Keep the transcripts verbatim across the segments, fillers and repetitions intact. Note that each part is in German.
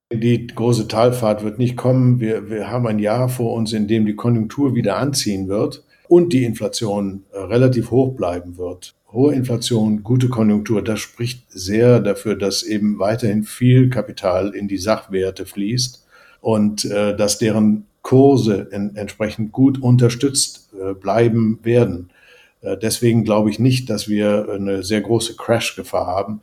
Die große Talfahrt wird nicht kommen. Wir, wir haben ein Jahr vor uns, in dem die Konjunktur wieder anziehen wird und die Inflation äh, relativ hoch bleiben wird. Hohe Inflation, gute Konjunktur, das spricht sehr dafür, dass eben weiterhin viel Kapital in die Sachwerte fließt und äh, dass deren Kurse in, entsprechend gut unterstützt äh, bleiben werden. Äh, deswegen glaube ich nicht, dass wir eine sehr große Crash-Gefahr haben.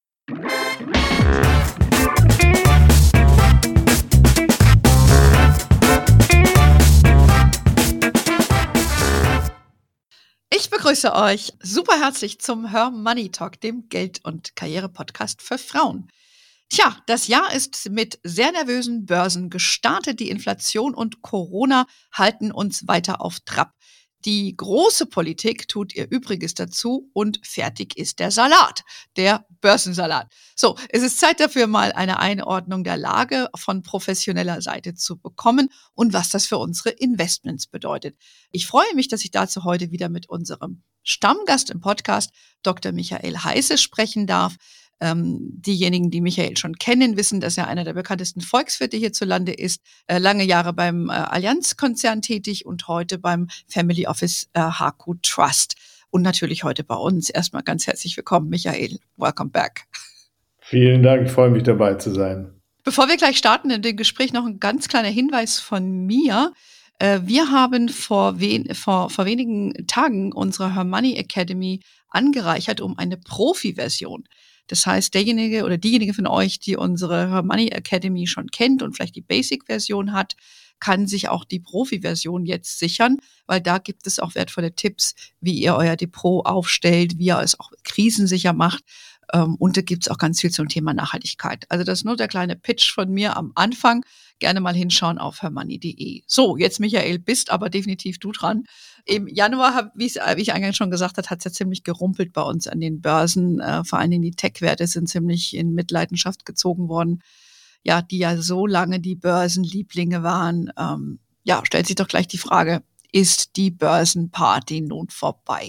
Ich begrüße euch super herzlich zum Her Money Talk, dem Geld- und Karriere-Podcast für Frauen. Tja, das Jahr ist mit sehr nervösen Börsen gestartet. Die Inflation und Corona halten uns weiter auf Trab. Die große Politik tut ihr Übriges dazu und fertig ist der Salat, der Börsensalat. So, es ist Zeit dafür, mal eine Einordnung der Lage von professioneller Seite zu bekommen und was das für unsere Investments bedeutet. Ich freue mich, dass ich dazu heute wieder mit unserem Stammgast im Podcast, Doktor Michael Heiße, sprechen darf. Ähm, diejenigen, die Michael schon kennen, wissen, dass er einer der bekanntesten Volkswirte hierzulande ist, äh, lange Jahre beim äh, Allianz-Konzern tätig und heute beim Family Office äh, H Q Trust. Und natürlich heute bei uns. Erstmal ganz herzlich willkommen, Michael. Welcome back. Vielen Dank, ich freue mich dabei zu sein. Bevor wir gleich starten in dem Gespräch, noch ein ganz kleiner Hinweis von mir. Äh, wir haben vor, wen, vor, vor wenigen Tagen unsere Her Money Academy angereichert um eine Profi-Version. Das heißt, derjenige oder diejenige von euch, die unsere Her Money Academy schon kennt und vielleicht die Basic-Version hat, kann sich auch die Profi-Version jetzt sichern, weil da gibt es auch wertvolle Tipps, wie ihr euer Depot aufstellt, wie ihr es auch krisensicher macht. Und da gibt es auch ganz viel zum Thema Nachhaltigkeit. Also das ist nur der kleine Pitch von mir am Anfang. Gerne mal hinschauen auf hermoney punkt de. So, jetzt Michael, bist aber definitiv du dran. Im Januar, wie ich eingangs schon gesagt habe, hat es ja ziemlich gerumpelt bei uns an den Börsen. Äh, vor allen Dingen die Tech-Werte sind ziemlich in Mitleidenschaft gezogen worden. Ja, die ja so lange die Börsenlieblinge waren. Ähm, ja, stellt sich doch gleich die Frage, ist die Börsenparty nun vorbei?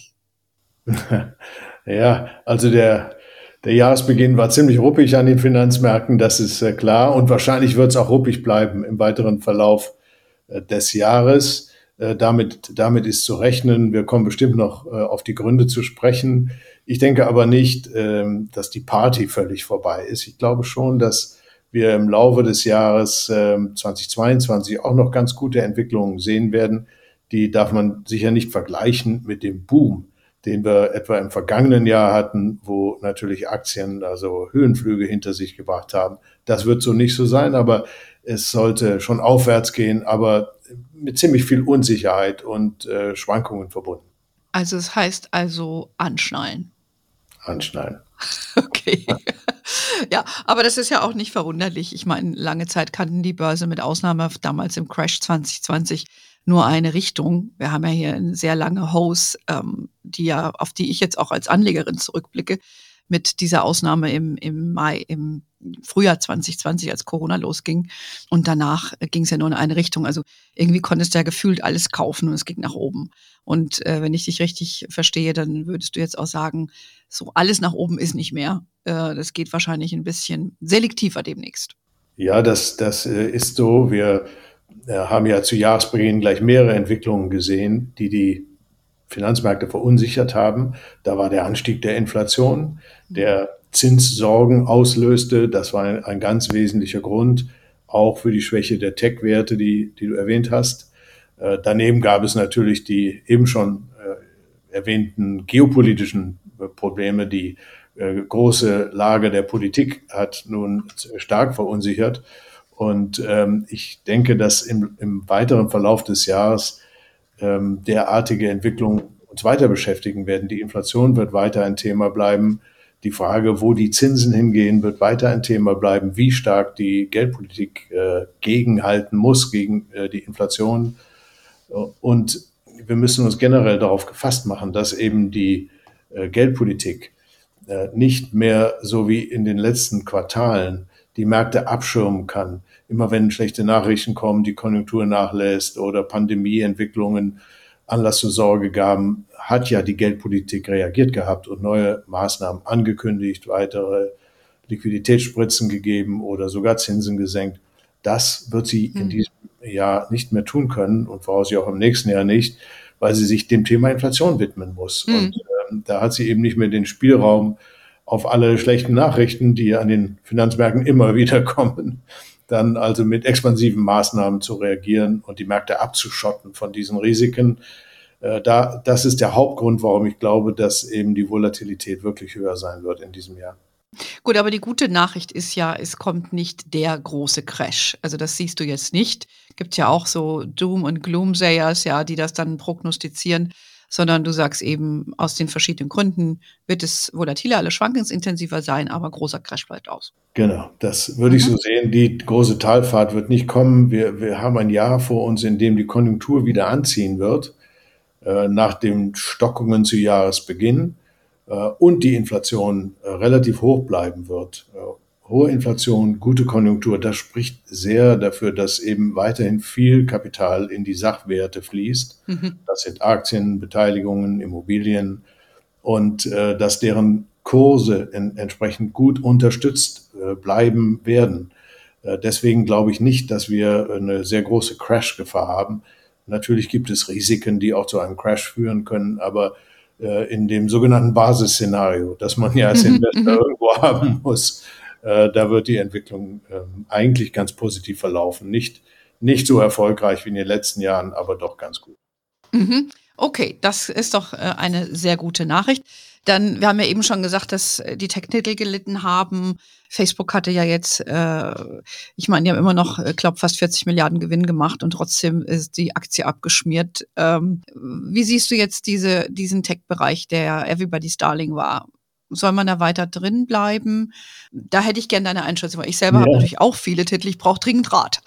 Ja, also der, der Jahresbeginn war ziemlich ruppig an den Finanzmärkten, das ist äh, klar. Und wahrscheinlich wird es auch ruppig bleiben im weiteren Verlauf äh, des Jahres. Äh, damit, damit ist zu rechnen. Wir kommen bestimmt noch äh, auf die Gründe zu sprechen. Ich denke aber nicht, ähm, dass die Party völlig vorbei ist. Ich glaube schon, dass wir im Laufe des Jahres äh, zweitausendzweiundzwanzig auch noch ganz gute Entwicklungen sehen werden. Die darf man sicher nicht vergleichen mit dem Boom, den wir etwa im vergangenen Jahr hatten, wo natürlich Aktien also Höhenflüge hinter sich gebracht haben. Das wird so nicht so sein, aber es sollte schon aufwärts gehen, aber mit ziemlich viel Unsicherheit und äh, Schwankungen verbunden. Also es heißt also anschnallen. Anschnallen. Okay. Ja, aber das ist ja auch nicht verwunderlich. Ich meine, lange Zeit kannten die Börse mit Ausnahme damals im Crash zwanzig zwanzig nur eine Richtung. Wir haben ja hier eine sehr lange Hose, ähm, die ja, auf die ich jetzt auch als Anlegerin zurückblicke, mit dieser Ausnahme im, im Mai, im Frühjahr zwanzig zwanzig, als Corona losging. Und danach ging es ja nur in eine Richtung. Also irgendwie konntest du ja gefühlt alles kaufen und es ging nach oben. Und äh, wenn ich dich richtig verstehe, dann würdest du jetzt auch sagen, so alles nach oben ist nicht mehr. Äh, das geht wahrscheinlich ein bisschen selektiver demnächst. Ja, das, das äh, ist so. Wir äh, haben ja zu Jahresbeginn gleich mehrere Entwicklungen gesehen, die die Finanzmärkte verunsichert haben. Da war der Anstieg der Inflation, der Zinssorgen auslöste. Das war ein, ein ganz wesentlicher Grund, auch für die Schwäche der Tech-Werte, die, die du erwähnt hast. Äh, daneben gab es natürlich die eben schon äh, erwähnten geopolitischen äh, Probleme. Die äh, große Lage der Politik hat nun stark verunsichert. Und ähm, ich denke, dass im, im weiteren Verlauf des Jahres ähm, derartige Entwicklungen uns weiter beschäftigen werden. Die Inflation wird weiter ein Thema bleiben. Die Frage, wo die Zinsen hingehen, wird weiter ein Thema bleiben. Wie stark die Geldpolitik äh, gegenhalten muss gegen äh, die Inflation. Und wir müssen uns generell darauf gefasst machen, dass eben die äh, Geldpolitik äh, nicht mehr so wie in den letzten Quartalen die Märkte abschirmen kann. Immer wenn schlechte Nachrichten kommen, die Konjunktur nachlässt oder Pandemieentwicklungen Anlass zur Sorge gaben, hat ja die Geldpolitik reagiert gehabt und neue Maßnahmen angekündigt, weitere Liquiditätsspritzen gegeben oder sogar Zinsen gesenkt. Das wird sie in diesem Jahr nicht mehr tun können und voraussichtlich auch im nächsten Jahr nicht, weil sie sich dem Thema Inflation widmen muss. Mhm. Und ähm, da hat sie eben nicht mehr den Spielraum, auf alle schlechten Nachrichten, die an den Finanzmärkten immer wieder kommen, dann also mit expansiven Maßnahmen zu reagieren und die Märkte abzuschotten von diesen Risiken. Äh, da, das ist der Hauptgrund, warum ich glaube, dass eben die Volatilität wirklich höher sein wird in diesem Jahr. Gut, aber die gute Nachricht ist ja, es kommt nicht der große Crash. Also das siehst du jetzt nicht. Gibt ja auch so Doom- und Gloomsayers, ja, die das dann prognostizieren, sondern du sagst eben, aus den verschiedenen Gründen wird es volatiler, alles schwankungsintensiver sein, aber großer Crash bleibt aus. Genau, das würde ich so Mhm. sehen. Die große Talfahrt wird nicht kommen. Wir, wir haben ein Jahr vor uns, in dem die Konjunktur wieder anziehen wird, äh, nach den Stockungen zu Jahresbeginn, äh, und die Inflation äh, relativ hoch bleiben wird. Äh, hohe Inflation, gute Konjunktur, das spricht sehr dafür, dass eben weiterhin viel Kapital in die Sachwerte fließt. Mhm. Das sind Aktien, Beteiligungen, Immobilien, und äh, dass deren Kurse in, entsprechend gut unterstützt äh, bleiben werden. Äh, deswegen glaube ich nicht, dass wir eine sehr große Crash-Gefahr haben. Natürlich gibt es Risiken, die auch zu einem Crash führen können, aber äh, in dem sogenannten Basisszenario, das man ja als Mhm. Investor Mhm. irgendwo haben muss, äh, da wird die Entwicklung äh, eigentlich ganz positiv verlaufen. Nicht, nicht so erfolgreich wie in den letzten Jahren, aber doch ganz gut. Mhm. Okay, das ist doch äh, eine sehr gute Nachricht. Dann, wir haben ja eben schon gesagt, dass äh, die Tech-Titel gelitten haben. Facebook hatte ja jetzt, äh, ich meine, die haben immer noch, ich glaube, fast vierzig Milliarden Gewinn gemacht und trotzdem ist die Aktie abgeschmiert. Ähm, wie siehst du jetzt diese, diesen Tech-Bereich, der Everybody's Darling war? Soll man da weiter drin bleiben? Da hätte ich gerne deine Einschätzung, weil ich selber habe Ja. natürlich auch viele Titel. Ich brauche dringend Rat.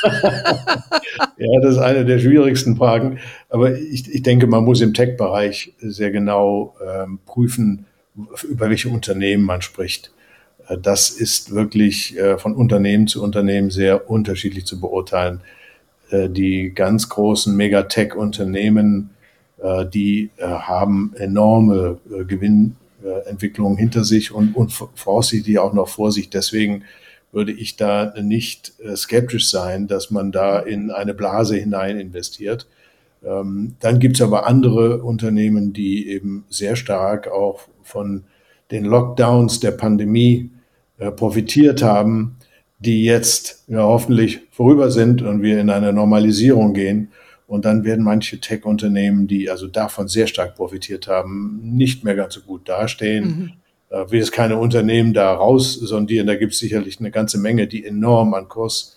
Ja, das ist eine der schwierigsten Fragen. Aber ich, ich denke, man muss im Tech-Bereich sehr genau ähm, prüfen, über welche Unternehmen man spricht. Äh, Das ist wirklich äh, von Unternehmen zu Unternehmen sehr unterschiedlich zu beurteilen. Äh, Die ganz großen Megatech-Unternehmen, äh, die äh, haben enorme äh, Gewinnentwicklungen hinter sich und, und voraussichtlich auch noch vor sich. Deswegen würde ich da nicht äh, skeptisch sein, dass man da in eine Blase hinein investiert. Ähm, dann gibt es aber andere Unternehmen, die eben sehr stark auch von den Lockdowns der Pandemie äh, profitiert haben, die jetzt ja hoffentlich vorüber sind und wir in eine Normalisierung gehen. Und dann werden manche Tech-Unternehmen, die also davon sehr stark profitiert haben, nicht mehr ganz so gut dastehen. Mhm. Ich will jetzt keine Unternehmen da raussondieren, da gibt es sicherlich eine ganze Menge, die enorm an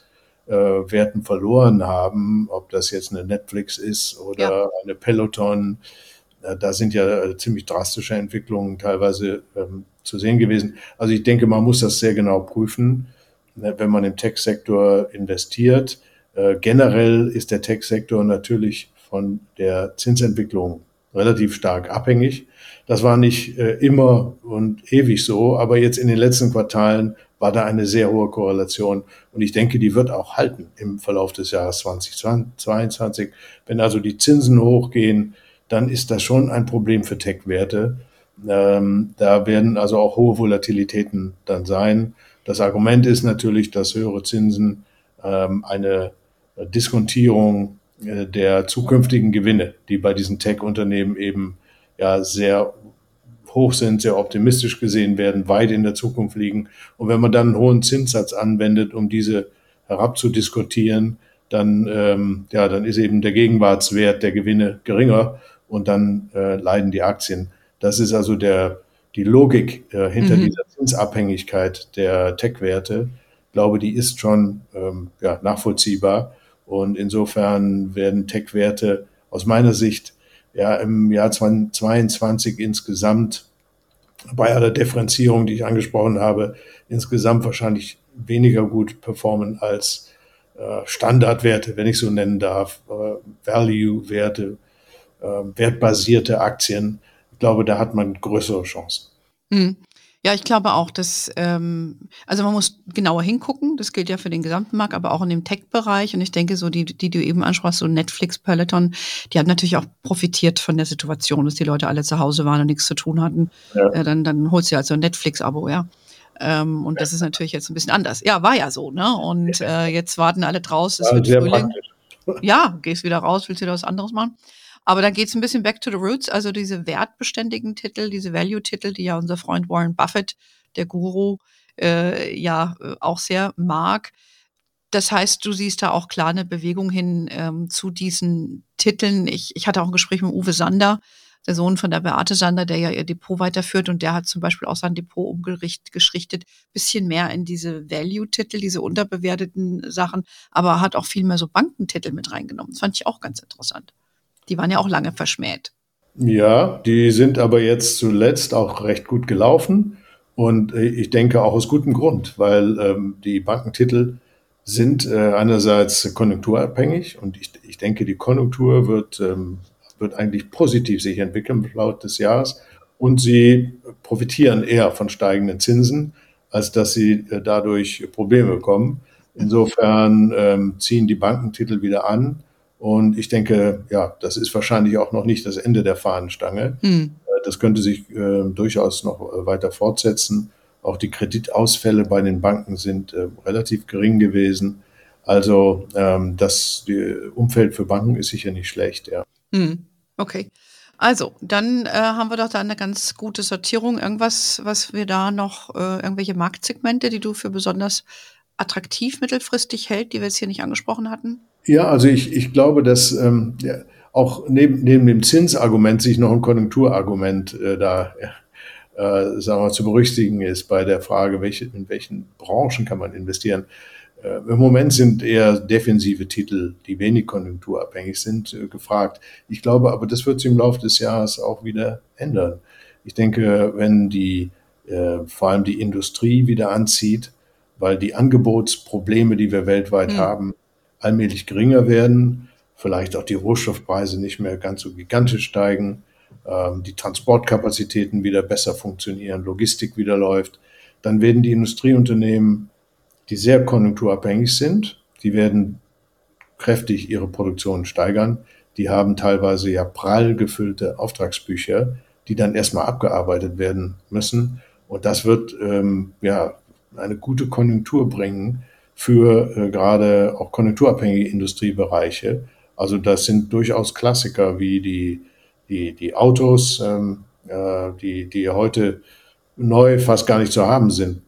Kurswerten verloren haben, ob das jetzt eine Netflix ist Ja. oder eine Peloton. Da sind ja ziemlich drastische Entwicklungen teilweise ähm, zu sehen gewesen. Also ich denke, man muss das sehr genau prüfen, wenn man im Tech-Sektor investiert. Äh, generell ist der Tech-Sektor natürlich von der Zinsentwicklung relativ stark abhängig. Das war nicht äh, immer und ewig so, aber jetzt in den letzten Quartalen war da eine sehr hohe Korrelation. Und ich denke, die wird auch halten im Verlauf des Jahres zweitausendzweiundzwanzig. Wenn also die Zinsen hochgehen, dann ist das schon ein Problem für Tech-Werte. Ähm, da werden also auch hohe Volatilitäten dann sein. Das Argument ist natürlich, dass höhere Zinsen ähm, eine Diskontierung äh, der zukünftigen Gewinne, die bei diesen Tech-Unternehmen eben ja sehr hoch sind, sehr optimistisch gesehen werden, weit in der Zukunft liegen. Und wenn man dann einen hohen Zinssatz anwendet, um diese herabzudiskontieren, dann, ähm, ja, dann ist eben der Gegenwartswert der Gewinne geringer und dann äh, leiden die Aktien. Das ist also der, die Logik äh, hinter Mhm. dieser Zinsabhängigkeit der Tech-Werte. Ich glaube, die ist schon ähm, ja, nachvollziehbar. Und insofern werden Tech-Werte aus meiner Sicht ja im Jahr zweitausendzweiundzwanzig insgesamt bei aller Differenzierung, die ich angesprochen habe, insgesamt wahrscheinlich weniger gut performen als äh, Standardwerte, wenn ich so nennen darf, äh, Value-Werte, äh, wertbasierte Aktien. Ich glaube, da hat man größere Chancen. Mhm. Ja, ich glaube auch, dass, ähm, also man muss genauer hingucken, das gilt ja für den gesamten Markt, aber auch in dem Tech-Bereich. Und ich denke, so die, die du eben ansprachst, so Netflix, Peloton, die haben natürlich auch profitiert von der Situation, dass die Leute alle zu Hause waren und nichts zu tun hatten. Ja. Äh, dann, dann holst du halt so ein Netflix-Abo, ja. Ähm, und das ist natürlich jetzt ein bisschen anders. Ja, war ja so, ne? Und äh, jetzt warten alle draußen, es Ja, wird sehr Frühling. praktisch. Ja, gehst wieder raus, willst wieder was anderes machen. Aber dann geht's ein bisschen back to the roots, also diese wertbeständigen Titel, diese Value-Titel, die ja unser Freund Warren Buffett, der Guru, äh, ja äh, auch sehr mag. Das heißt, du siehst da auch klar eine Bewegung hin ähm, zu diesen Titeln. Ich, ich hatte auch ein Gespräch mit Uwe Sander, der Sohn von der Beate Sander, der ja ihr Depot weiterführt, und der hat zum Beispiel auch sein Depot umgerichtet, bisschen mehr in diese Value-Titel, diese unterbewerteten Sachen, aber hat auch viel mehr so Bankentitel mit reingenommen. Das fand ich auch ganz interessant. Die waren ja auch lange verschmäht. Ja, die sind aber jetzt zuletzt auch recht gut gelaufen und äh, ich denke auch aus gutem Grund, weil ähm, die Bankentitel sind äh, einerseits konjunkturabhängig und ich, ich denke, die Konjunktur wird, ähm, wird eigentlich positiv sich entwickeln im Laufe des Jahres und sie profitieren eher von steigenden Zinsen, als dass sie äh, dadurch Probleme bekommen. Insofern ähm, ziehen die Bankentitel wieder an. Und ich denke, ja, das ist wahrscheinlich auch noch nicht das Ende der Fahnenstange. Hm. Das könnte sich äh, durchaus noch äh, weiter fortsetzen. Auch die Kreditausfälle bei den Banken sind äh, relativ gering gewesen. Also ähm, das die Umfeld für Banken ist sicher nicht schlecht, ja. Hm. Okay. Also, dann äh, haben wir doch da eine ganz gute Sortierung. Irgendwas, was wir da noch, äh, irgendwelche Marktsegmente, die du für besonders attraktiv mittelfristig hält, die wir jetzt hier nicht angesprochen hatten? Ja, also ich, ich glaube, dass ähm, ja, auch neben, neben dem Zinsargument sich noch ein Konjunkturargument äh, da äh, sagen wir, zu berücksichtigen ist bei der Frage, welche, in welchen Branchen kann man investieren. Äh, Im Moment sind eher defensive Titel, die wenig konjunkturabhängig sind, äh, gefragt. Ich glaube aber, das wird sich im Laufe des Jahres auch wieder ändern. Ich denke, wenn die, äh, vor allem die Industrie wieder anzieht, weil die Angebotsprobleme, die wir weltweit Hm. haben, allmählich geringer werden, vielleicht auch die Rohstoffpreise nicht mehr ganz so gigantisch steigen, ähm, die Transportkapazitäten wieder besser funktionieren, Logistik wieder läuft, dann werden die Industrieunternehmen, die sehr konjunkturabhängig sind, die werden kräftig ihre Produktion steigern. Die haben teilweise ja prall gefüllte Auftragsbücher, die dann erstmal abgearbeitet werden müssen. Und das wird ähm, ja eine gute Konjunktur bringen für äh, gerade auch konjunkturabhängige Industriebereiche. Also das sind durchaus Klassiker wie die, die, die Autos, ähm, äh, die, die heute neu fast gar nicht zu haben sind.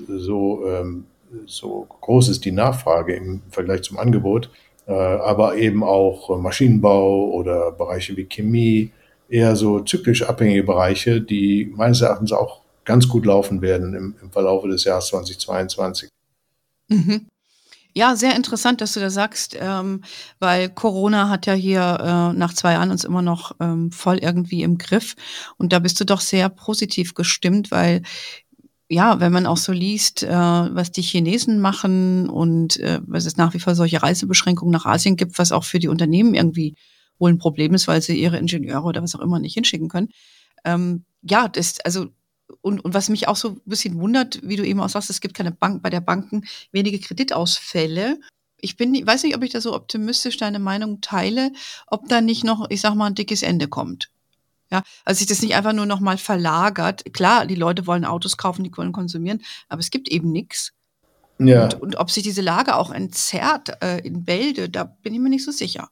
So, ähm, so groß ist die Nachfrage im Vergleich zum Angebot. Äh, aber eben auch Maschinenbau oder Bereiche wie Chemie, eher so zyklisch abhängige Bereiche, die meines Erachtens auch ganz gut laufen werden im, im Verlauf des Jahres zweitausendzweiundzwanzig. Mhm. Ja, sehr interessant, dass du das sagst, ähm, weil Corona hat ja hier äh, nach zwei Jahren uns immer noch ähm, voll irgendwie im Griff. Und da bist du doch sehr positiv gestimmt, weil ja, wenn man auch so liest, äh, was die Chinesen machen und äh, was es nach wie vor solche Reisebeschränkungen nach Asien gibt, was auch für die Unternehmen irgendwie wohl ein Problem ist, weil sie ihre Ingenieure oder was auch immer nicht hinschicken können. Ähm, ja, das, also, und, und was mich auch so ein bisschen wundert, wie du eben auch sagst, es gibt keine Bank, bei der Banken wenige Kreditausfälle. Ich bin, weiß nicht, ob ich da so optimistisch deine Meinung teile, ob da nicht noch, ich sag mal, ein dickes Ende kommt. Ja, also sich das nicht einfach nur noch mal verlagert. Klar, die Leute wollen Autos kaufen, die wollen konsumieren, aber es gibt eben nichts. Und, Ja, und ob sich diese Lage auch entzerrt äh, in Bälde, da bin ich mir nicht so sicher.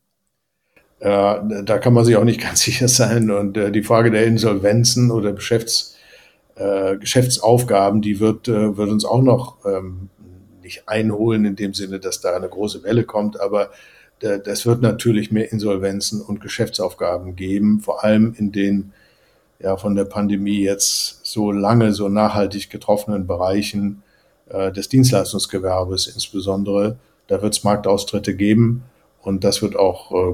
äh, da kann man sich auch nicht ganz sicher sein. Und äh, die Frage der Insolvenzen oder Geschäfts, äh, Geschäftsaufgaben, die wird, äh, wird uns auch noch ähm, nicht einholen in dem Sinne, dass da eine große Welle kommt. Aber äh, das wird natürlich mehr Insolvenzen und Geschäftsaufgaben geben, vor allem in den ja von der Pandemie jetzt so lange, so nachhaltig getroffenen Bereichen äh, des Dienstleistungsgewerbes insbesondere. Da wird es Marktaustritte geben und das wird auch äh,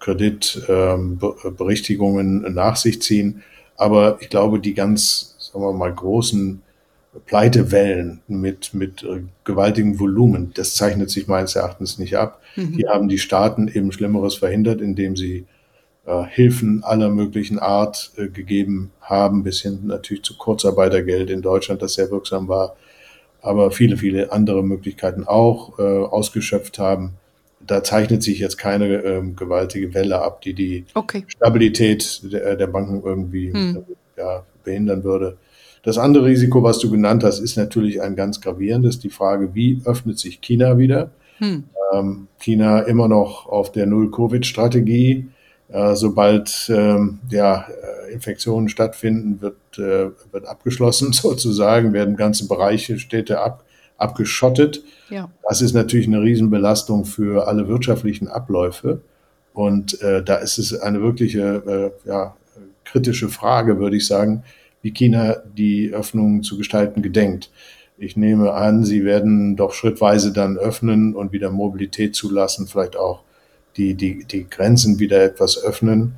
Kreditberichtigungen ähm, nach sich ziehen. Aber ich glaube, die ganz, sagen wir mal, großen Pleitewellen mit, mit äh, gewaltigem Volumen, das zeichnet sich meines Erachtens nicht ab. Mhm. Hier haben die Staaten eben Schlimmeres verhindert, indem sie äh, Hilfen aller möglichen Art äh, gegeben haben, bis hin natürlich zu Kurzarbeitergeld in Deutschland, das sehr wirksam war, aber viele, viele andere Möglichkeiten auch äh, ausgeschöpft haben. Da zeichnet sich jetzt keine ähm, gewaltige Welle ab, die die Okay. Stabilität der, der Banken irgendwie Hm. äh, ja, behindern würde. Das andere Risiko, was du genannt hast, ist natürlich ein ganz gravierendes. Die Frage, wie öffnet sich China wieder? Hm. Ähm, China immer noch auf der Null-Covid-Strategie. Äh, sobald ähm, ja, Infektionen stattfinden, wird, äh, wird abgeschlossen sozusagen, werden ganze Bereiche, Städte ab, abgeschottet. Ja. Das ist natürlich eine Riesenbelastung für alle wirtschaftlichen Abläufe. Und äh, da ist es eine wirkliche äh, ja, kritische Frage, würde ich sagen, wie China die Öffnung zu gestalten gedenkt. Ich nehme an, sie werden doch schrittweise dann öffnen und wieder Mobilität zulassen, vielleicht auch die, die, die Grenzen wieder etwas öffnen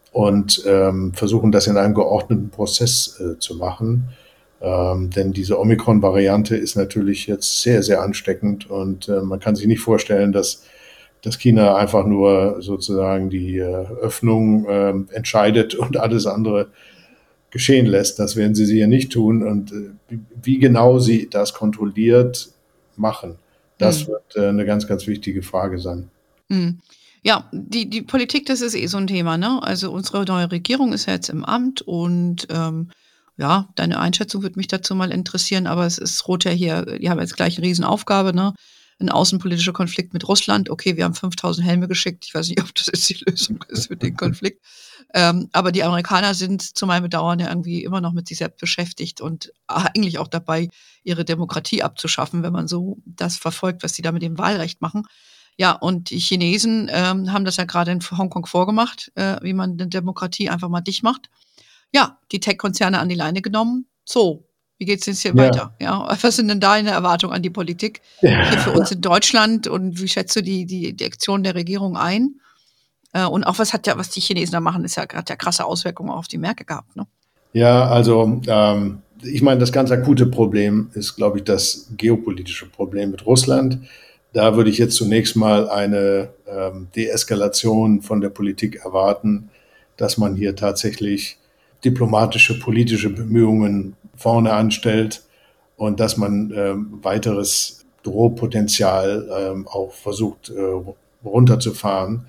und ähm, versuchen, das in einem geordneten Prozess äh, zu machen. Ähm, denn diese Omikron-Variante ist natürlich jetzt sehr, sehr ansteckend und äh, man kann sich nicht vorstellen, dass, dass China einfach nur sozusagen die äh, Öffnung äh, entscheidet und alles andere geschehen lässt. Das werden sie sicher nicht tun. Und äh, wie genau sie das kontrolliert machen, das Hm. wird äh, eine ganz, ganz wichtige Frage sein. Hm. Ja, die, die Politik, das ist eh so ein Thema, ne? Also unsere neue Regierung ist ja jetzt im Amt und ähm, ja, deine Einschätzung würde mich dazu mal interessieren, aber es ist droht ja hier, die haben jetzt gleich eine Riesenaufgabe, ne? Ein außenpolitischer Konflikt mit Russland. Okay, wir haben fünftausend Helme geschickt. Ich weiß nicht, ob das jetzt die Lösung ist für den Konflikt. Ähm, aber die Amerikaner sind zu meinem Bedauern ja irgendwie immer noch mit sich selbst beschäftigt und eigentlich auch dabei, ihre Demokratie abzuschaffen, wenn man so das verfolgt, was sie da mit dem Wahlrecht machen. Ja, und die Chinesen ähm, haben das ja gerade in Hongkong vorgemacht, äh, wie man eine Demokratie einfach mal dicht macht. Ja, die Tech-Konzerne an die Leine genommen. So, wie geht's jetzt hier Ja, weiter? Ja, was sind denn deine Erwartungen an die Politik hier für uns in Deutschland und wie schätzt du die, die, die Aktion der Regierung ein? Äh, und auch was hat ja, was die Chinesen da machen, ist ja, hat ja krasse Auswirkungen auf die Märkte gehabt, ne? ja, also ähm, ich meine, das ganz akute Problem ist, glaube ich, das geopolitische Problem mit Russland. Da würde ich jetzt zunächst mal eine ähm, Deeskalation von der Politik erwarten, dass man hier tatsächlich diplomatische, politische Bemühungen vorne anstellt und dass man ähm, weiteres Drohpotenzial ähm, auch versucht äh, runterzufahren.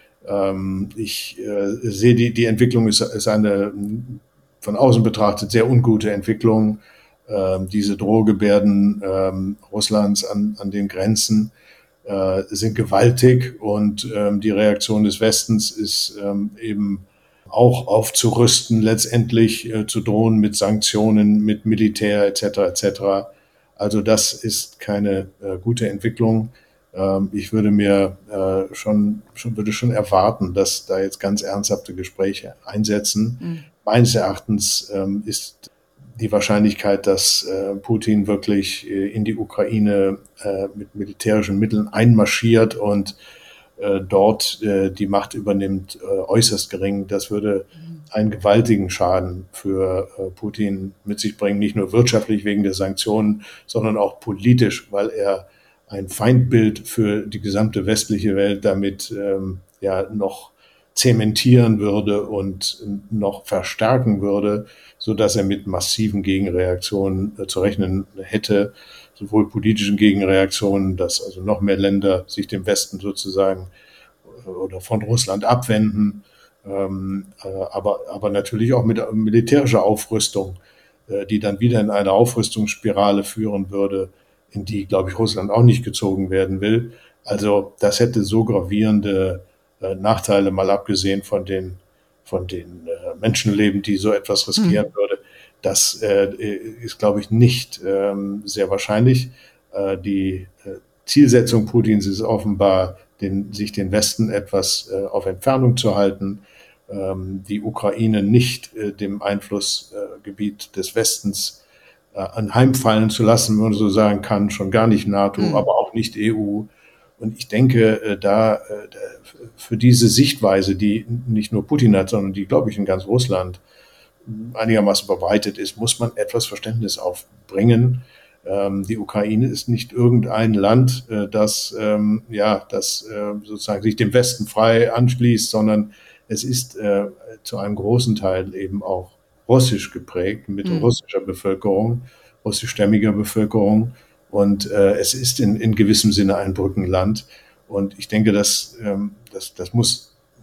Ähm, ich äh, sehe, die, die Entwicklung ist, ist eine von außen betrachtet sehr ungute Entwicklung. Ähm, diese Drohgebärden ähm, Russlands an, an den Grenzen äh, sind gewaltig und ähm, die Reaktion des Westens ist ähm, eben auch aufzurüsten, letztendlich äh, zu drohen mit Sanktionen, mit Militär et cetera et cetera. Also das ist keine äh, gute Entwicklung. Ähm, ich würde mir äh, schon, schon, würde schon erwarten, dass da jetzt ganz ernsthafte Gespräche einsetzen. Mhm. Meines Erachtens ähm, ist die Wahrscheinlichkeit, dass äh, Putin wirklich äh, in die Ukraine äh, mit militärischen Mitteln einmarschiert und äh, dort äh, die Macht übernimmt, äh, äußerst gering. Das würde einen gewaltigen Schaden für äh, Putin mit sich bringen, nicht nur wirtschaftlich wegen der Sanktionen, sondern auch politisch, weil er ein Feindbild für die gesamte westliche Welt damit ähm, ja noch zementieren würde und noch verstärken würde, so dass er mit massiven Gegenreaktionen äh, zu rechnen hätte, sowohl politischen Gegenreaktionen, dass also noch mehr Länder sich dem Westen sozusagen äh, oder von Russland abwenden, ähm, äh, aber, aber natürlich auch mit militärischer Aufrüstung, äh, die dann wieder in eine Aufrüstungsspirale führen würde, in die, glaube ich, Russland auch nicht gezogen werden will. Also das hätte so gravierende äh, Nachteile, mal abgesehen von den, von den äh, Menschenleben, die so etwas riskieren Mhm. würde. Das äh, ist, glaube ich, nicht ähm, sehr wahrscheinlich. Äh, die äh, Zielsetzung Putins ist offenbar, den, sich den Westen etwas äh, auf Entfernung zu halten, ähm, die Ukraine nicht äh, dem Einflussgebiet des Westens äh, anheimfallen zu lassen, wenn man so sagen kann, schon gar nicht NATO, Mhm. aber auch nicht E U. Und ich denke, äh, da äh, für diese Sichtweise, die nicht nur Putin hat, sondern die, glaube ich, in ganz Russland einigermaßen verbreitet ist, muss man etwas Verständnis aufbringen. Ähm, die Ukraine ist nicht irgendein Land, äh, das, ähm, ja, das äh, sozusagen sich dem Westen frei anschließt, sondern es ist äh, zu einem großen Teil eben auch russisch geprägt, mit Mhm. russischer Bevölkerung, russischstämmiger Bevölkerung. Und äh, es ist in, in gewissem Sinne ein Brückenland. Und ich denke, dass, ähm, das, das muss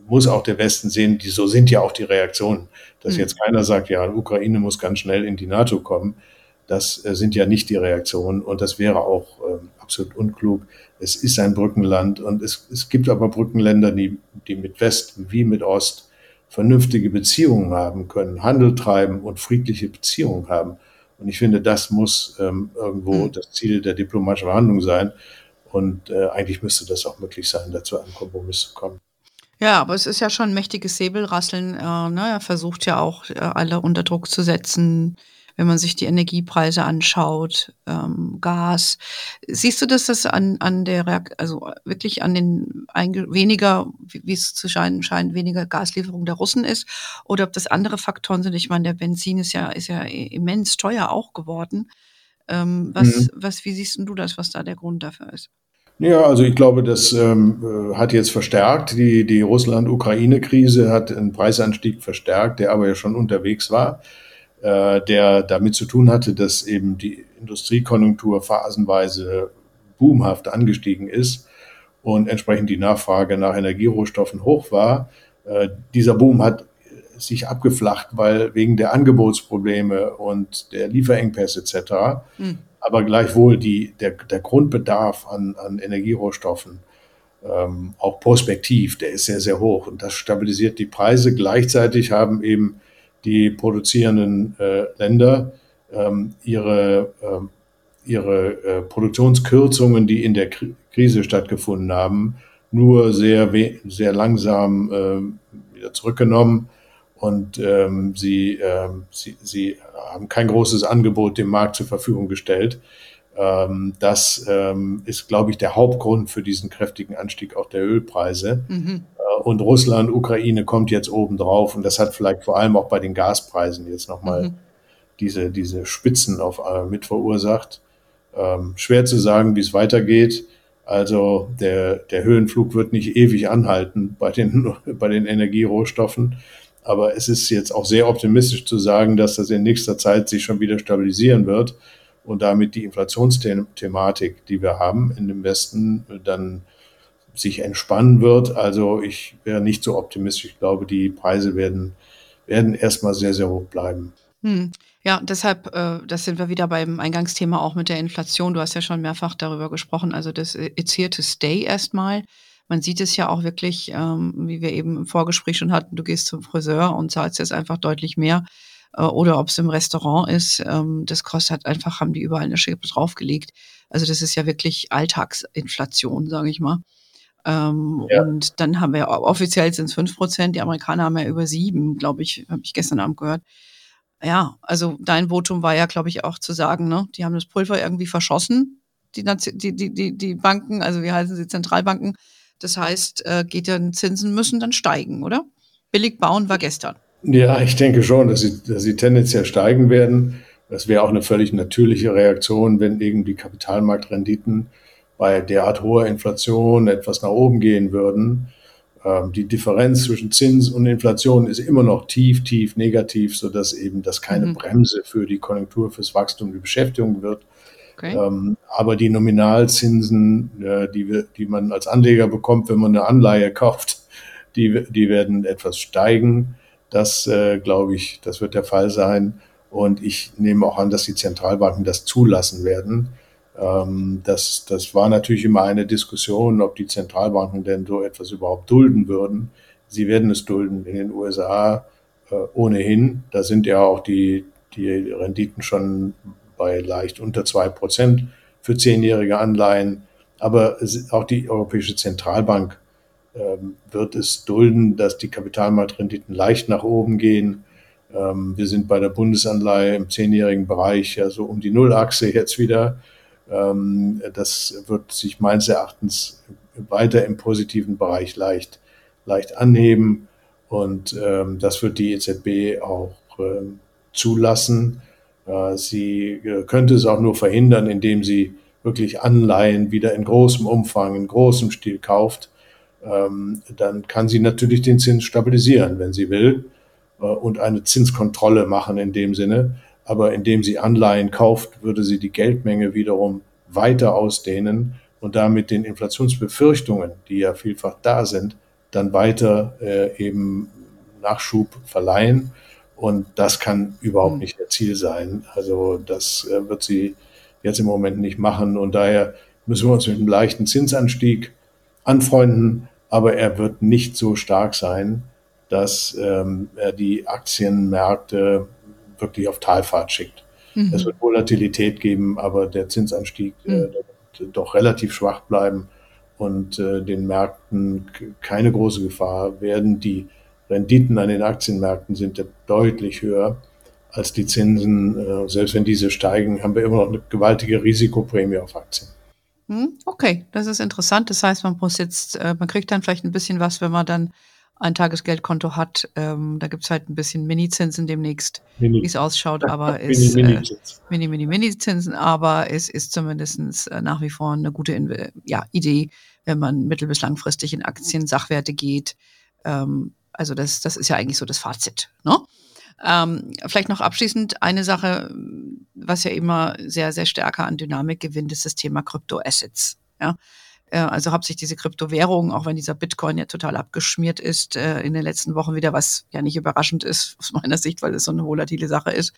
muss auch der Westen sehen, die, so sind ja auch die Reaktionen. Dass Hm. jetzt keiner sagt, ja, Ukraine muss ganz schnell in die NATO kommen, das äh, sind ja nicht die Reaktionen und das wäre auch äh, absolut unklug. Es ist ein Brückenland und es, es gibt aber Brückenländer, die, die mit West wie mit Ost vernünftige Beziehungen haben können, Handel treiben und friedliche Beziehungen haben. Und ich finde, das muss ähm, irgendwo Hm. das Ziel der diplomatischen Verhandlungen sein. Und äh, eigentlich müsste das auch möglich sein, dazu einen Kompromiss zu kommen. Ja, aber es ist ja schon 'n mächtiges Säbelrasseln. Äh, ne? Er versucht ja auch, äh, alle unter Druck zu setzen, wenn man sich die Energiepreise anschaut, ähm, Gas. Siehst du, dass das an an der Reak also, wirklich an den einge weniger, wie wie es zu scheinen scheint, weniger Gaslieferung der Russen ist oder ob das andere Faktoren sind? Ich meine, der Benzin ist ja ist ja i immens teuer auch geworden. Ähm, Mhm. was was wie siehst 'n du das, was da der Grund dafür ist? Ja, also ich glaube, das ähm, äh, hat jetzt verstärkt. Die, die Russland-Ukraine-Krise hat einen Preisanstieg verstärkt, der aber ja schon unterwegs war, äh, der damit zu tun hatte, dass eben die Industriekonjunktur phasenweise boomhaft angestiegen ist und entsprechend die Nachfrage nach Energierohstoffen hoch war. Äh, dieser Boom hat sich abgeflacht, weil wegen der Angebotsprobleme und der Lieferengpässe et cetera. Mhm. Aber gleichwohl die, der, der Grundbedarf an, an Energierohstoffen, ähm, auch prospektiv, der ist sehr, sehr hoch und das stabilisiert die Preise. Gleichzeitig haben eben die produzierenden äh, Länder ähm, ihre, ähm, ihre äh, Produktionskürzungen, die in der Kri- Krise stattgefunden haben, nur sehr, we- sehr langsam äh, wieder zurückgenommen und ähm, sie, ähm, sie, sie haben kein großes Angebot dem Markt zur Verfügung gestellt. Ähm, das ähm, ist, glaube ich, der Hauptgrund für diesen kräftigen Anstieg auch der Ölpreise. Mhm. Äh, und Russland, Ukraine kommt jetzt obendrauf und das hat vielleicht vor allem auch bei den Gaspreisen jetzt nochmal Mhm. diese, diese Spitzen auf, äh, mit verursacht. Ähm, schwer zu sagen, wie es weitergeht. Also der, der Höhenflug wird nicht ewig anhalten bei den, bei den Energierohstoffen. Aber es ist jetzt auch sehr optimistisch zu sagen, dass das in nächster Zeit sich schon wieder stabilisieren wird und damit die Inflationsthematik, die wir haben in dem Westen, dann sich entspannen wird. Also ich wäre nicht so optimistisch. Ich glaube, die Preise werden, werden erstmal sehr, sehr hoch bleiben. Mhm. Ja, deshalb, äh, das sind wir wieder beim Eingangsthema auch mit der Inflation. Du hast ja schon mehrfach darüber gesprochen. Also das äh, it's here to stay erstmal. Man sieht es ja auch wirklich, ähm, wie wir eben im Vorgespräch schon hatten, du gehst zum Friseur und zahlst jetzt einfach deutlich mehr. Äh, oder ob es im Restaurant ist, ähm, das kostet halt einfach, haben die überall eine Schippe draufgelegt. Also das ist ja wirklich Alltagsinflation, sage ich mal. Ähm, Ja. und dann haben wir offiziell sind es fünf Prozent, die Amerikaner haben ja über sieben, glaube ich, habe ich gestern Abend gehört. Ja, also dein Votum war ja, glaube ich, auch zu sagen, ne, die haben das Pulver irgendwie verschossen, die Nation die die die die Banken, also wie heißen sie, Zentralbanken. Das heißt, äh, geht dann Zinsen müssen dann steigen, oder? Billig bauen war gestern. Ja, ich denke schon, dass sie, dass sie tendenziell steigen werden. Das wäre auch eine völlig natürliche Reaktion, wenn irgendwie Kapitalmarktrenditen bei derart hoher Inflation etwas nach oben gehen würden. Ähm, die Differenz zwischen Zins und Inflation ist immer noch tief, tief negativ, sodass eben das keine Mhm. Bremse für die Konjunktur, fürs Wachstum, die Beschäftigung wird. Okay. Ähm, aber die Nominalzinsen, äh, die, wir, die man als Anleger bekommt, wenn man eine Anleihe kauft, die, die werden etwas steigen. Das äh, glaube ich, das wird der Fall sein. Und ich nehme auch an, dass die Zentralbanken das zulassen werden. Ähm, das, das war natürlich immer eine Diskussion, ob die Zentralbanken denn so etwas überhaupt dulden würden. Sie werden es dulden in den U S A äh, ohnehin. Da sind ja auch die, die Renditen schon bei leicht unter zwei Prozent für zehnjährige Anleihen. Aber auch die Europäische Zentralbank ähm, wird es dulden, dass die Kapitalmarktrenditen leicht nach oben gehen. Ähm, wir sind bei der Bundesanleihe im zehnjährigen Bereich ja so um die Nullachse jetzt wieder. Ähm, das wird sich meines Erachtens weiter im positiven Bereich leicht, leicht anheben. Und ähm, das wird die E Z B auch ähm, zulassen. Äh, sie äh, könnte es auch nur verhindern, indem sie wirklich Anleihen wieder in großem Umfang, in großem Stil kauft. Ähm, dann kann sie natürlich den Zins stabilisieren, wenn sie will, äh, und eine Zinskontrolle machen in dem Sinne. Aber indem sie Anleihen kauft, würde sie die Geldmenge wiederum weiter ausdehnen und damit den Inflationsbefürchtungen, die ja vielfach da sind, dann weiter äh, eben Nachschub verleihen. Und das kann überhaupt nicht ihr Ziel sein. Also das äh, wird sie jetzt im Moment nicht machen. Und daher müssen wir uns mit einem leichten Zinsanstieg anfreunden. Aber er wird nicht so stark sein, dass ähm, er die Aktienmärkte wirklich auf Talfahrt schickt. Mhm. Es wird Volatilität geben, aber der Zinsanstieg mhm. äh, wird doch relativ schwach bleiben und äh, den Märkten keine große Gefahr werden. Die Renditen an den Aktienmärkten sind ja deutlich höher als die Zinsen. Äh, selbst wenn diese steigen, haben wir immer noch eine gewaltige Risikoprämie auf Aktien. Okay, das ist interessant. Das heißt, man muss jetzt, äh, man kriegt dann vielleicht ein bisschen was, wenn man dann ein Tagesgeldkonto hat. Ähm, da gibt's halt ein bisschen Mini-Zinsen demnächst, Mini. Wie es ausschaut, aber ist Mini, Mini, äh, Mini, Mini, Mini-Zinsen, aber es ist zumindest äh, nach wie vor eine gute Inve- ja, Idee, wenn man mittel- bis langfristig in Aktien, Sachwerte geht. Ähm, also das, das ist ja eigentlich so das Fazit, ne? Ähm, vielleicht noch abschließend eine Sache, was ja immer sehr, sehr stärker an Dynamik gewinnt, ist das Thema Kryptoassets. Ja? Äh, also hauptsächlich diese Kryptowährungen, auch wenn dieser Bitcoin ja total abgeschmiert ist, äh, in den letzten Wochen wieder, was ja nicht überraschend ist aus meiner Sicht, weil es so eine volatile Sache ist.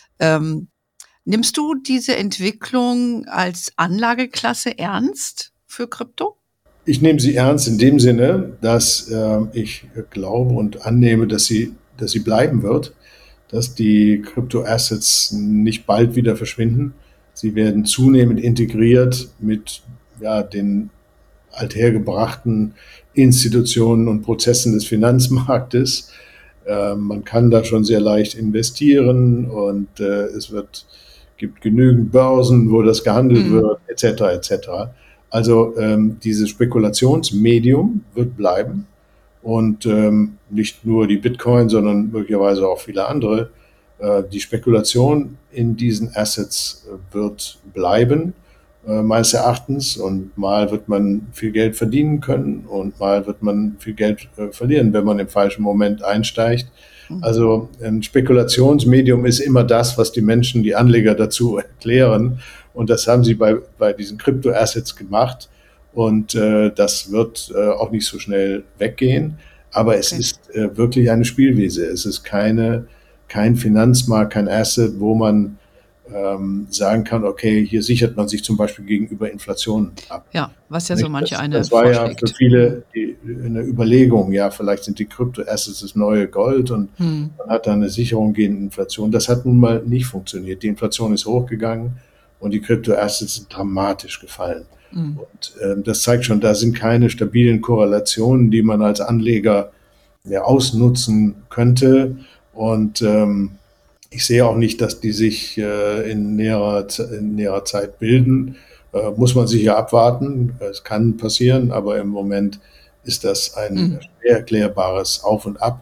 Ähm, nimmst du diese Entwicklung als Anlageklasse ernst für Krypto? Ich nehme sie ernst in dem Sinne, dass äh, ich glaube und annehme, dass sie, dass sie bleiben wird, dass die Kryptoassets nicht bald wieder verschwinden. Sie werden zunehmend integriert mit ja, den althergebrachten Institutionen und Prozessen des Finanzmarktes. Äh, man kann da schon sehr leicht investieren und äh, es wird, gibt genügend Börsen, wo das gehandelt mhm. wird, et cetera et cetera. Also ähm, dieses Spekulationsmedium wird bleiben und ähm, nicht nur die Bitcoin, sondern möglicherweise auch viele andere. Äh, die Spekulation in diesen Assets äh, wird bleiben, äh, meines Erachtens. Und mal wird man viel Geld verdienen können und mal wird man viel Geld äh, verlieren, wenn man im falschen Moment einsteigt. Also ein Spekulationsmedium ist immer das, was die Menschen, die Anleger dazu erklären. Und das haben sie bei, bei diesen Kryptoassets gemacht. Und äh, das wird äh, auch nicht so schnell weggehen. Aber es okay. ist äh, wirklich eine Spielwiese. Es ist keine, kein Finanzmarkt, kein Asset, wo man ähm, sagen kann, okay, hier sichert man sich zum Beispiel gegenüber Inflation ab. Ja, was ja so manche das, eine Das war vorschlägt. ja für viele die, eine Überlegung, ja, vielleicht sind die Kryptoassets das neue Gold und hm. man hat da eine Sicherung gegen Inflation. Das hat nun mal nicht funktioniert. Die Inflation ist hochgegangen und die Kryptoassets sind dramatisch gefallen. Hm. Und ähm, das zeigt schon, da sind keine stabilen Korrelationen, die man als Anleger ja, ausnutzen könnte. Und ähm, ich sehe auch nicht, dass die sich äh, in, näherer, in näherer Zeit bilden. Äh, muss man sicher abwarten. Es kann passieren, aber im Moment ist das ein mhm. schwer erklärbares Auf und Ab.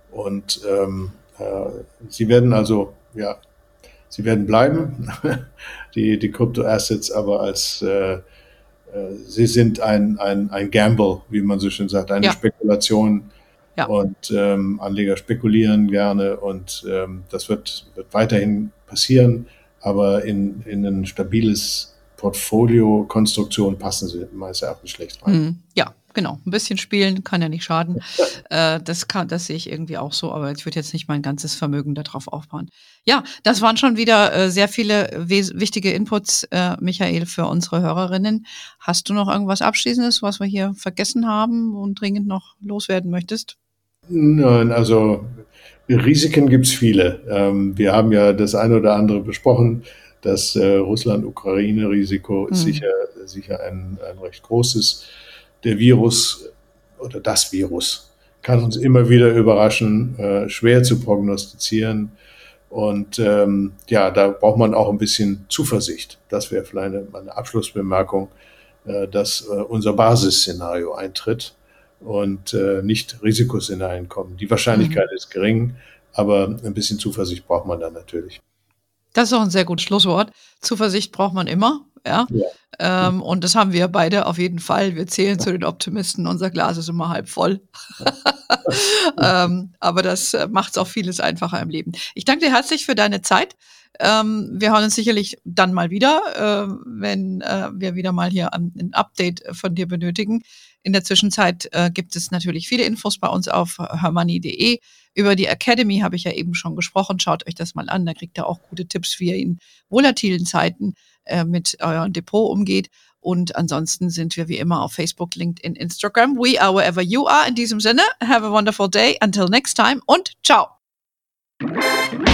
Und ähm, äh, sie werden also, ja, sie werden bleiben, die, die Kryptoassets, aber als äh, äh, sie sind ein, ein, ein Gamble, wie man so schön sagt, eine ja. Spekulation. Ja. Und ähm, Anleger spekulieren gerne und ähm, das wird, wird weiterhin passieren, aber in, in ein stabiles Portfolio-Konstruktion passen sie meines Erachtens schlecht rein. Mm, ja, genau. Ein bisschen spielen kann ja nicht schaden. äh, das kann, das sehe ich irgendwie auch so, aber ich würde jetzt nicht mein ganzes Vermögen darauf aufbauen. Ja, das waren schon wieder äh, sehr viele wes- wichtige Inputs, äh, Michael, für unsere Hörerinnen. Hast du noch irgendwas Abschließendes, was wir hier vergessen haben und dringend noch loswerden möchtest? Nein, also Risiken gibt es viele. Ähm, wir haben ja das eine oder andere besprochen. Das äh, Russland-Ukraine-Risiko ist hm. sicher, sicher ein, ein recht großes. Der Virus oder das Virus kann uns immer wieder überraschen, äh, schwer zu prognostizieren. Und ähm, ja, da braucht man auch ein bisschen Zuversicht. Das wäre vielleicht eine, eine Abschlussbemerkung, äh, dass äh, unser Basisszenario eintritt und äh, nicht Risikoszenarien kommen. Die Wahrscheinlichkeit mhm. ist gering, aber ein bisschen Zuversicht braucht man dann natürlich. Das ist auch ein sehr gutes Schlusswort. Zuversicht braucht man immer, ja. ja. Ähm, und das haben wir beide auf jeden Fall. Wir zählen zu den Optimisten. Unser Glas ist immer halb voll. ähm, aber das macht auch vieles einfacher im Leben. Ich danke dir herzlich für deine Zeit. Ähm, wir hören uns sicherlich dann mal wieder, äh, wenn äh, wir wieder mal hier ein, ein Update von dir benötigen. In der Zwischenzeit äh, gibt es natürlich viele Infos bei uns auf hermoney punkt de. Über die Academy habe ich ja eben schon gesprochen. Schaut euch das mal an. Da kriegt ihr auch gute Tipps, wie ihr in volatilen Zeiten äh, mit eurem Depot umgeht. Und ansonsten sind wir wie immer auf Facebook, LinkedIn, Instagram. We are wherever you are. In diesem Sinne, have a wonderful day. Until next time und ciao.